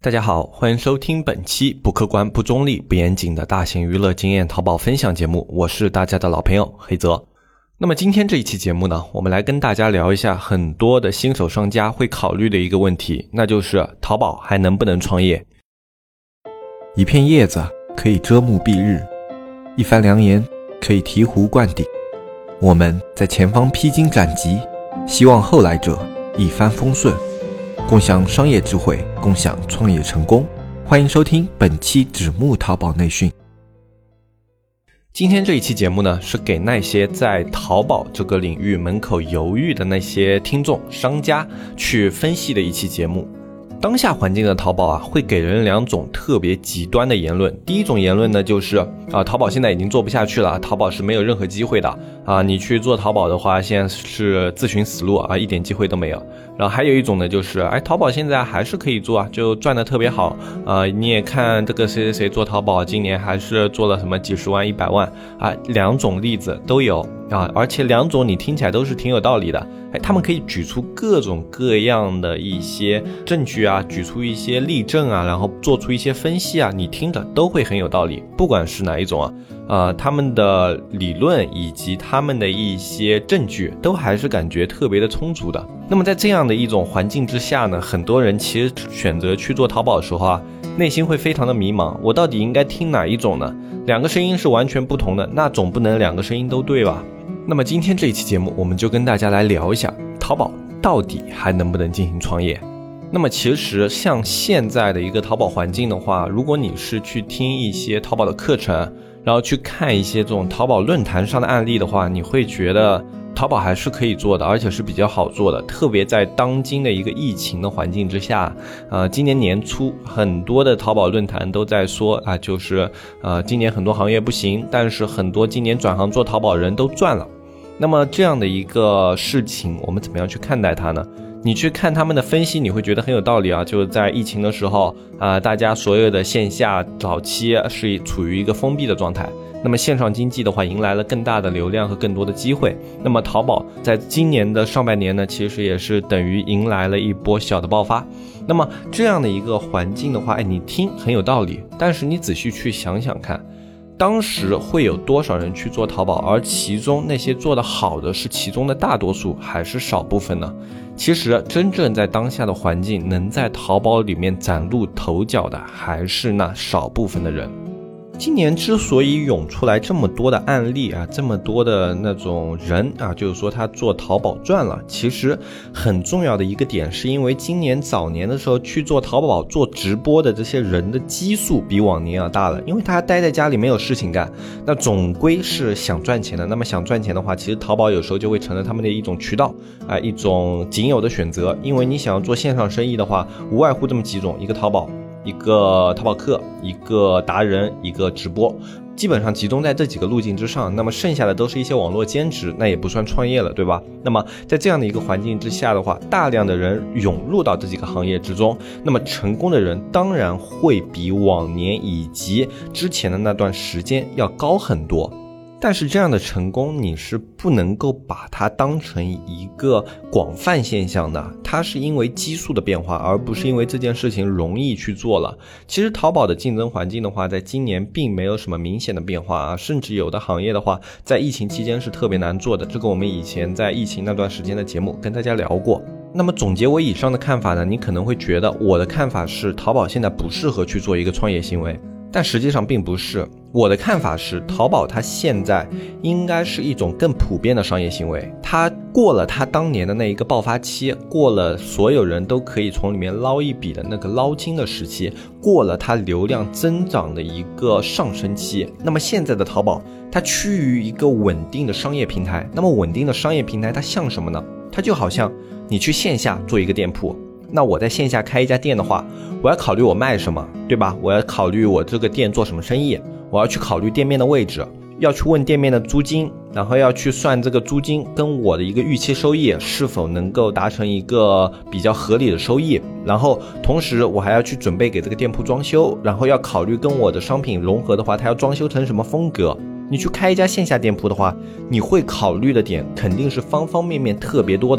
大家好，欢迎收听本期不客观、不中立、不严谨的大型娱乐经验淘宝分享节目，我是大家的老朋友黑泽。那么今天这一期节目呢，我们来跟大家聊一下很多的新手商家会考虑的一个问题，那就是淘宝还能不能创业？ 一片叶子可以遮目蔽日，一番良言可以醍醐灌顶。我们在前方披荆斩棘，希望后来者一帆风顺，共享商业智慧，共享创业成功。欢迎收听本期纸木淘宝内训。 今天这一期节目呢，是给那些在淘宝这个领域门口犹豫的那些听众、商家去分析的一期节目。当下环境的淘宝啊，会给人两种特别极端的言论。第一种言论呢，就是淘宝现在已经做不下去了，淘宝是没有任何机会的你去做淘宝的话，现在是自寻死路一点机会都没有。然后还有一种呢，就是淘宝现在还是可以做就赚得特别好你也看这个谁谁谁做淘宝，今年还是做了什么几十万、100万两种例子都有而且两种你听起来都是挺有道理的。他们可以举出各种各样的一些证据举出一些例证然后做出一些分析你听着都会很有道理。不管是哪一种他们的理论以及他们的一些证据都还是感觉特别的充足的。那么在这样的一种环境之下呢，很多人其实选择去做淘宝的时候内心会非常的迷茫，我到底应该听哪一种呢？两个声音是完全不同的，那总不能两个声音都对吧？那么今天这一期节目，我们就跟大家来聊一下淘宝到底还能不能进行创业。那么其实像现在的一个淘宝环境的话，如果你是去听一些淘宝的课程，然后去看一些这种淘宝论坛上的案例的话，你会觉得淘宝还是可以做的，而且是比较好做的。特别在当今的一个疫情的环境之下今年年初很多的淘宝论坛都在说就是今年很多行业不行，但是很多今年转行做淘宝人都赚了。那么这样的一个事情我们怎么样去看待它呢？你去看他们的分析，你会觉得很有道理就是在疫情的时候大家所有的线下早期是处于一个封闭的状态，那么线上经济的话迎来了更大的流量和更多的机会。那么淘宝在今年的上半年呢，其实也是等于迎来了一波小的爆发。那么这样的一个环境的话你听很有道理，但是你仔细去想想看，当时会有多少人去做淘宝，而其中那些做得好的是其中的大多数还是少部分呢？其实真正在当下的环境能在淘宝里面崭露头角的还是那少部分的人。今年之所以涌出来这么多的案例这么多的那种人就是说他做淘宝赚了，其实很重要的一个点是因为今年早年的时候去做淘宝做直播的这些人的基数比往年要大了，因为他待在家里没有事情干，那总归是想赚钱的。那么想赚钱的话，其实淘宝有时候就会成了他们的一种渠道一种仅有的选择。因为你想要做线上生意的话，无外乎这么几种，一个淘宝，一个淘宝客，一个达人，一个直播，基本上集中在这几个路径之上。那么剩下的都是一些网络兼职，那也不算创业了，对吧？那么在这样的一个环境之下的话，大量的人涌入到这几个行业之中，那么成功的人当然会比往年以及之前的那段时间要高很多。但是这样的成功你是不能够把它当成一个广泛现象的，它是因为基数的变化，而不是因为这件事情容易去做了。其实淘宝的竞争环境的话，在今年并没有什么明显的变化甚至有的行业的话在疫情期间是特别难做的，这个我们以前在疫情那段时间的节目跟大家聊过。那么总结我以上的看法呢，你可能会觉得我的看法是淘宝现在不适合去做一个创业行为，但实际上并不是。我的看法是淘宝它现在应该是一种更普遍的商业行为，它过了它当年的那一个爆发期，过了所有人都可以从里面捞一笔的那个捞金的时期，过了它流量增长的一个上升期。那么现在的淘宝它趋于一个稳定的商业平台。那么稳定的商业平台它像什么呢？它就好像你去线下做一个店铺，那我在线下开一家店的话，我要考虑我卖什么，对吧？我要考虑我这个店做什么生意，我要去考虑店面的位置，要去问店面的租金，然后要去算这个租金跟我的一个预期收益是否能够达成一个比较合理的收益，然后同时我还要去准备给这个店铺装修，然后要考虑跟我的商品融合的话，它要装修成什么风格。你去开一家线下店铺的话，你会考虑的点肯定是方方面面特别多的，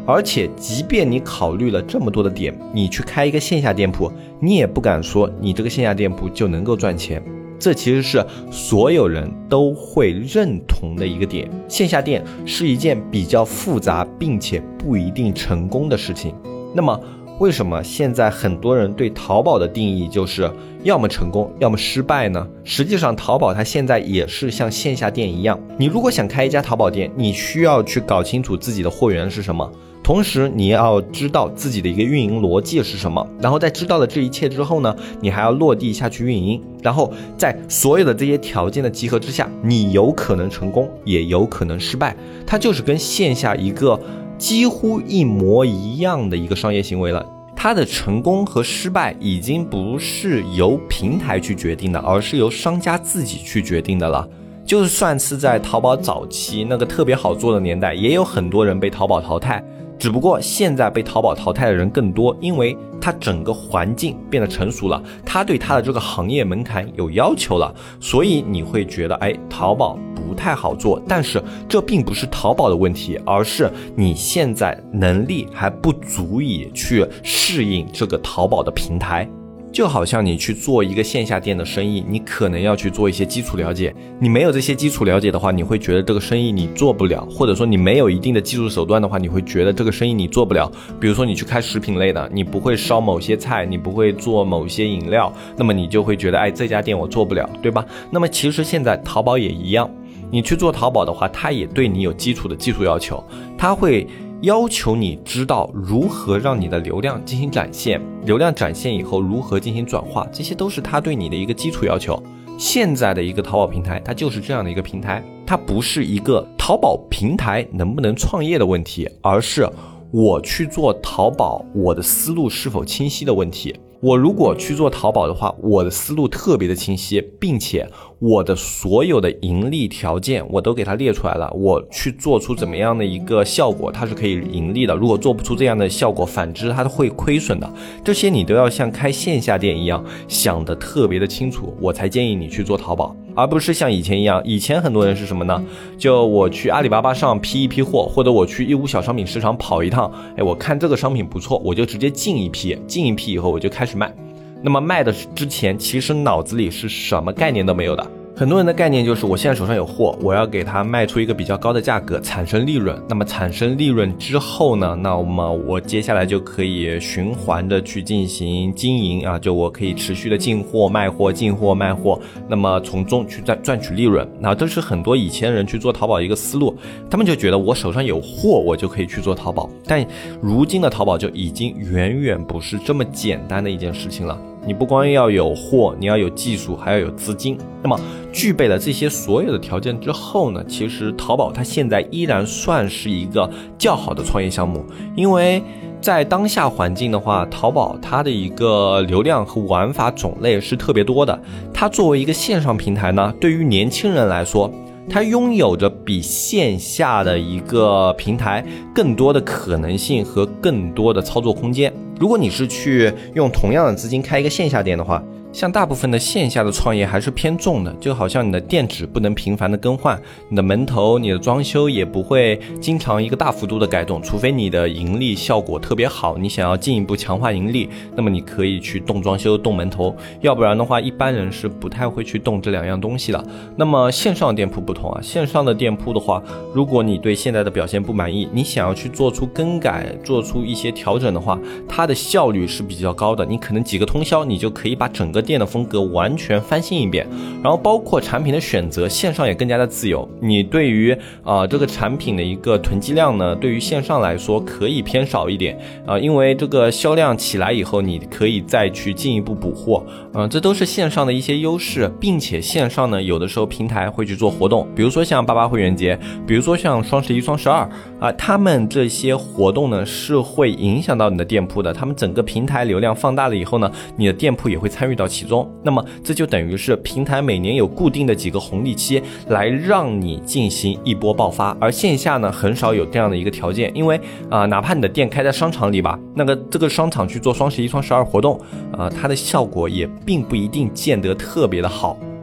而且即便你考虑了这么多的点，你去开一个线下店铺，你也不敢说你这个线下店铺就能够赚钱。这其实是所有人都会认同的一个点，线下店是一件比较复杂并且不一定成功的事情。那么为什么现在很多人对淘宝的定义就是要么成功要么失败呢？实际上淘宝它现在也是像线下店一样，你如果想开一家淘宝店，你需要去搞清楚自己的货源是什么，同时你要知道自己的一个运营逻辑是什么，然后在知道了这一切之后呢，你还要落地下去运营，然后在所有的这些条件的集合之下，你有可能成功也有可能失败，它就是跟线下一个几乎一模一样的一个商业行为了。它的成功和失败已经不是由平台去决定的，而是由商家自己去决定的了。就算是在淘宝早期那个特别好做的年代，也有很多人被淘宝淘汰，只不过现在被淘宝淘汰的人更多，因为它整个环境变得成熟了，它对它的这个行业门槛有要求了，所以你会觉得淘宝不太好做。但是这并不是淘宝的问题，而是你现在能力还不足以去适应这个淘宝的平台。就好像你去做一个线下店的生意，你可能要去做一些基础了解，你没有这些基础了解的话，你会觉得这个生意你做不了，或者说你没有一定的技术手段的话，你会觉得这个生意你做不了。比如说你去开食品类的，你不会烧某些菜，你不会做某些饮料，那么你就会觉得这家店我做不了，对吧？那么其实现在淘宝也一样，你去做淘宝的话，它也对你有基础的技术要求，它会要求你知道如何让你的流量进行展现，流量展现以后如何进行转化，这些都是它对你的一个基础要求。现在的一个淘宝平台，它就是这样的一个平台，它不是一个淘宝平台能不能创业的问题，而是我去做淘宝，我的思路是否清晰的问题。我如果去做淘宝的话，我的思路特别的清晰，并且我的所有的盈利条件我都给它列出来了，我去做出怎么样的一个效果，它是可以盈利的，如果做不出这样的效果，反之它会亏损的。这些你都要像开线下店一样想得特别的清楚，我才建议你去做淘宝，而不是像以前一样。以前很多人是什么呢？就我去阿里巴巴上批一批货，或者我去义乌小商品市场跑一趟，我看这个商品不错，我就直接进一批以后我就开始卖。那么卖的之前其实脑子里是什么概念都没有的，很多人的概念就是我现在手上有货，我要给它卖出一个比较高的价格，产生利润。那么产生利润之后呢，那么我接下来就可以循环的去进行经营啊，就我可以持续的进货卖货，进货卖货，那么从中去赚取利润。那这是很多以前人去做淘宝一个思路，他们就觉得我手上有货我就可以去做淘宝，但如今的淘宝就已经远远不是这么简单的一件事情了。你不光要有货，你要有技术，还要有资金。那么具备了这些所有的条件之后呢，其实淘宝它现在依然算是一个较好的创业项目。因为在当下环境的话，淘宝它的一个流量和玩法种类是特别多的。它作为一个线上平台呢，对于年轻人来说，它拥有着比线下的一个平台更多的可能性和更多的操作空间。如果你是去用同样的资金开一个线下店的话，像大部分的线下的创业还是偏重的，就好像你的电池不能频繁的更换，你的门头你的装修也不会经常一个大幅度的改动，除非你的盈利效果特别好，你想要进一步强化盈利，那么你可以去动装修动门头，要不然的话一般人是不太会去动这两样东西的。那么线上店铺不同啊，线上的店铺的话，如果你对现在的表现不满意，你想要去做出更改，做出一些调整的话，它的效率是比较高的，你可能几个通宵你就可以把整个店的风格完全翻新一遍，然后包括产品的选择，线上也更加的自由。你对于这个产品的一个囤积量呢，对于线上来说可以偏少一点因为这个销量起来以后，你可以再去进一步补货这都是线上的一些优势。并且线上呢，有的时候平台会去做活动，比如说像88会员节，比如说像双11、双12他们这些活动呢是会影响到你的店铺的，他们整个平台流量放大了以后呢，你的店铺也会参与到其中。那么这就等于是平台每年有固定的几个红利期来让你进行一波爆发，而线下呢很少有这样的一个条件。因为哪怕你的店开在商场里吧，这个商场去做双11、双12活动它的效果也并不一定见得特别的好。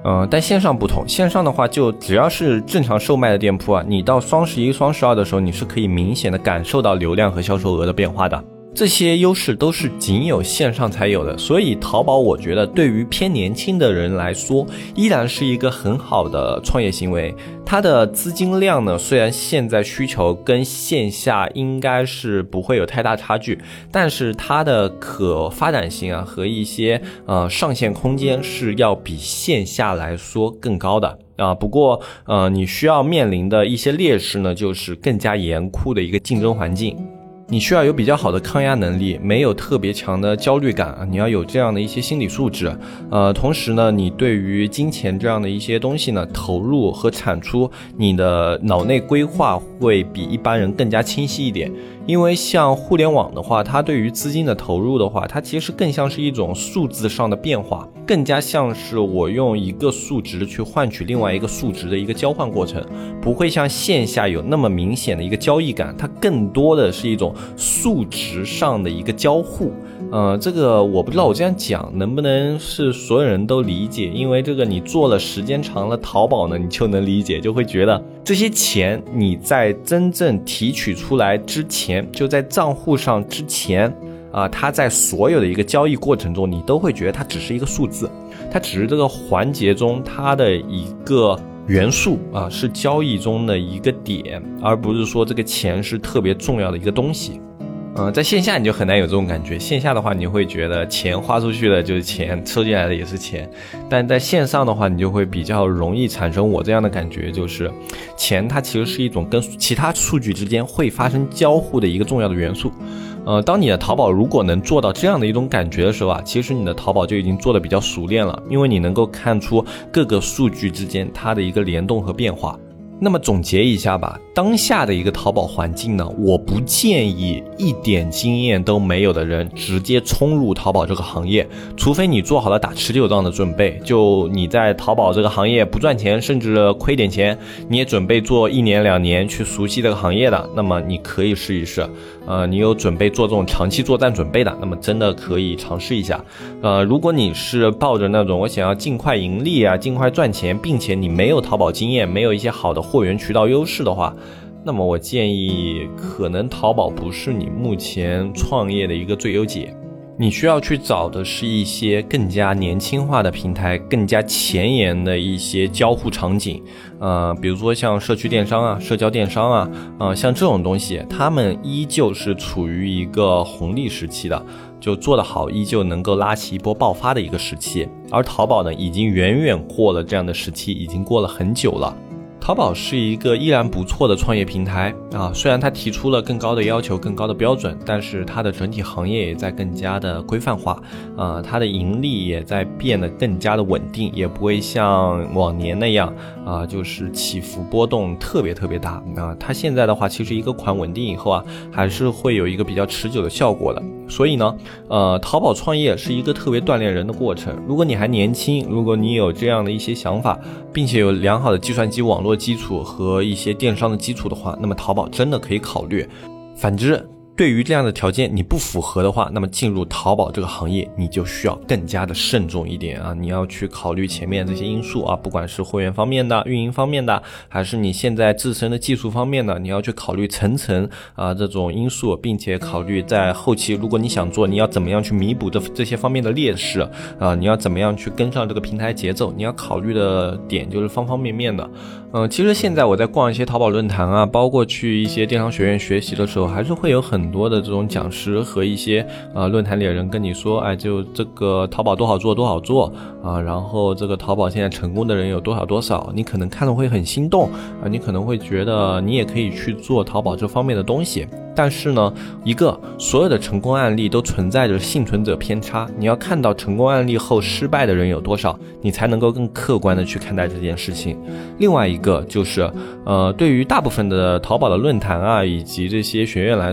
但线上不同，线上的话就只要是正常售卖的店铺啊，你到双11、双12的时候，你是可以明显的感受到流量和销售额的变化的。这些优势都是仅有线上才有的，所以淘宝我觉得对于偏年轻的人来说，依然是一个很好的创业行为。它的资金量呢，虽然现在需求跟线下应该是不会有太大差距，但是它的可发展性啊和一些上限空间是要比线下来说更高的。不过你需要面临的一些劣势呢，就是更加严酷的一个竞争环境。你需要有比较好的抗压能力，没有特别强的焦虑感，你要有这样的一些心理素质。同时呢，你对于金钱这样的一些东西呢，投入和产出，你的脑内规划会比一般人更加清晰一点。因为像互联网的话，它对于资金的投入的话，它其实更像是一种数字上的变化，更加像是我用一个数值去换取另外一个数值的一个交换过程，不会像线下有那么明显的一个交易感，它更多的是一种数值上的一个交互。这个我不知道我这样讲能不能是所有人都理解，因为这个你做了时间长了淘宝呢，你就能理解，就会觉得这些钱你在真正提取出来之前，就在账户上之前它在所有的一个交易过程中，你都会觉得它只是一个数字，它只是这个环节中它的一个元素是交易中的一个点，而不是说这个钱是特别重要的一个东西。在线下你就很难有这种感觉，线下的话你会觉得钱花出去的就是钱，收进来的也是钱，但在线上的话你就会比较容易产生我这样的感觉，就是钱它其实是一种跟其他数据之间会发生交互的一个重要的元素。当你的淘宝如果能做到这样的一种感觉的时候其实你的淘宝就已经做得比较熟练了，因为你能够看出各个数据之间它的一个联动和变化。那么总结一下吧，当下的一个淘宝环境呢，我不建议一点经验都没有的人直接冲入淘宝这个行业，除非你做好了打持久战的准备，就你在淘宝这个行业不赚钱，甚至亏点钱，你也准备做1年2年去熟悉这个行业的，那么你可以试一试。你有准备做这种长期作战准备的，那么真的可以尝试一下。如果你是抱着那种我想要尽快盈利尽快赚钱，并且你没有淘宝经验，没有一些好的货源渠道优势的话，那么我建议可能淘宝不是你目前创业的一个最优解。你需要去找的是一些更加年轻化的平台，更加前沿的一些交互场景，比如说像社区电商社交电商像这种东西，他们依旧是处于一个红利时期的，就做得好依旧能够拉起一波爆发的一个时期。而淘宝呢，已经远远过了这样的时期，已经过了很久了。淘宝是一个依然不错的创业平台虽然它提出了更高的要求、更高的标准，但是它的整体行业也在更加的规范化它的盈利也在变得更加的稳定，也不会像往年那样就是起伏波动特别大它现在的话，其实一个款稳定以后还是会有一个比较持久的效果的。所以呢淘宝创业是一个特别锻炼人的过程。如果你还年轻，如果你有这样的一些想法，并且有良好的计算机网络基础和一些电商的基础的话，那么淘宝真的可以考虑。反之，对于这样的条件你不符合的话，那么进入淘宝这个行业你就需要更加的慎重一点你要去考虑前面这些因素不管是会员方面的、运营方面的，还是你现在自身的技术方面的，你要去考虑层层这种因素，并且考虑在后期如果你想做，你要怎么样去弥补这些方面的劣势你要怎么样去跟上这个平台节奏，你要考虑的点就是方方面面的。其实现在我在逛一些淘宝论坛包括去一些电商学院学习的时候，还是会有很多的这种讲师和一些论坛里的人跟你说就这个淘宝多好做然后这个淘宝现在成功的人有多少，你可能看了会很心动你可能会觉得你也可以去做淘宝这方面的东西。但是呢，所有的成功案例都存在着幸存者偏差，你要看到成功案例后失败的人有多少，你才能够更客观的去看待这件事情。另外一个就是对于大部分的淘宝的论坛以及这些学院来说，他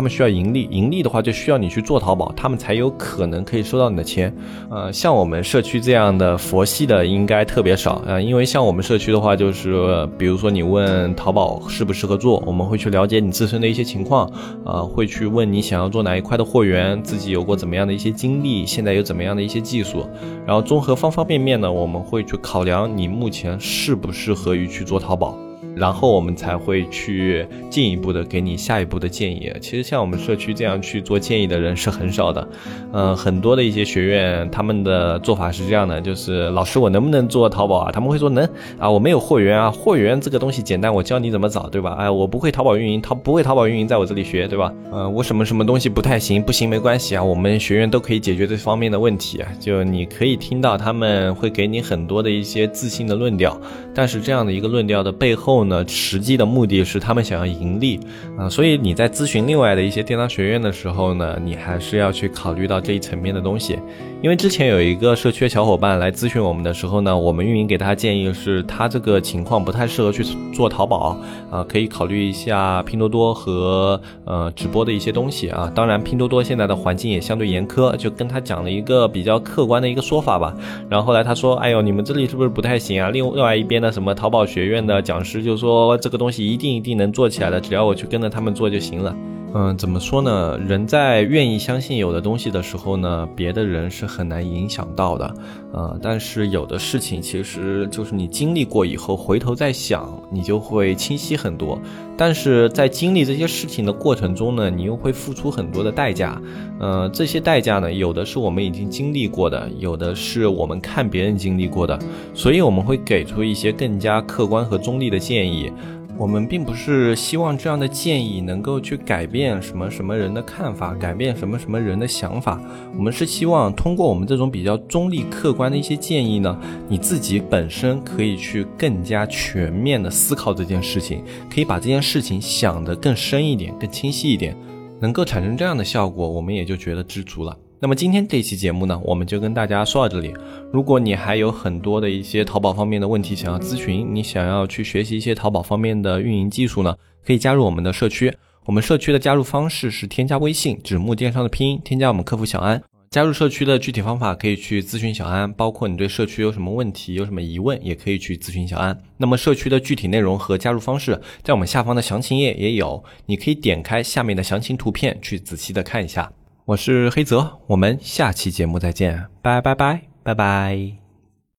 他们需要盈利，盈利的话就需要你去做淘宝，他们才有可能可以收到你的钱。像我们社区这样的佛系的应该特别少因为像我们社区的话，就是比如说你问淘宝适不适合做，我们会去了解你自身的一些情况，会去问你想要做哪一块的货源，自己有过怎么样的一些经历，现在有怎么样的一些技术，然后综合方方面面呢，我们会去考量你目前适不适合于去做淘宝，然后我们才会去进一步的给你下一步的建议。其实像我们社区这样去做建议的人是很少的，很多的一些学院他们的做法是这样的，就是老师我能不能做淘宝他们会说能我没有货源货源这个东西简单，我教你怎么找，对吧？我不会淘宝运营，不会淘宝运营在我这里学，对吧？我什么东西不太行，不行没关系我们学院都可以解决这方面的问题就你可以听到他们会给你很多的一些自信的论调，但是这样的一个论调的背后呢，实际的目的是他们想要盈利所以你在咨询另外的一些电商学院的时候呢，你还是要去考虑到这一层面的东西。因为之前有一个社区的小伙伴来咨询我们的时候呢，我们运营给他建议是他这个情况不太适合去做淘宝可以考虑一下拼多多和直播的一些东西当然拼多多现在的环境也相对严苛，就跟他讲了一个比较客观的一个说法吧。然后后来他说哎呦你们这里是不是不太行另外一边的什么淘宝学院的讲师就说这个东西一定能做起来的，只要我去跟着他们做就行了。怎么说呢，人在愿意相信有的东西的时候呢，别的人是很难影响到的但是有的事情其实就是你经历过以后回头再想你就会清晰很多，但是在经历这些事情的过程中呢，你又会付出很多的代价这些代价呢，有的是我们已经经历过的，有的是我们看别人经历过的，所以我们会给出一些更加客观和中立的建议。我们并不是希望这样的建议能够去改变什么人的看法，改变什么人的想法，我们是希望通过我们这种比较中立客观的一些建议呢，你自己本身可以去更加全面的思考这件事情，可以把这件事情想得更深一点，更清晰一点，能够产生这样的效果，我们也就觉得知足了。那么今天这期节目呢，我们就跟大家说到这里。如果你还有很多的一些淘宝方面的问题想要咨询，你想要去学习一些淘宝方面的运营技术呢，可以加入我们的社区。我们社区的加入方式是添加微信纸木电商的拼音，添加我们客服小安。加入社区的具体方法可以去咨询小安，包括你对社区有什么问题有什么疑问也可以去咨询小安。那么社区的具体内容和加入方式在我们下方的详情页也有，你可以点开下面的详情图片去仔细的看一下。我是黑泽，我们下期节目再见，拜拜。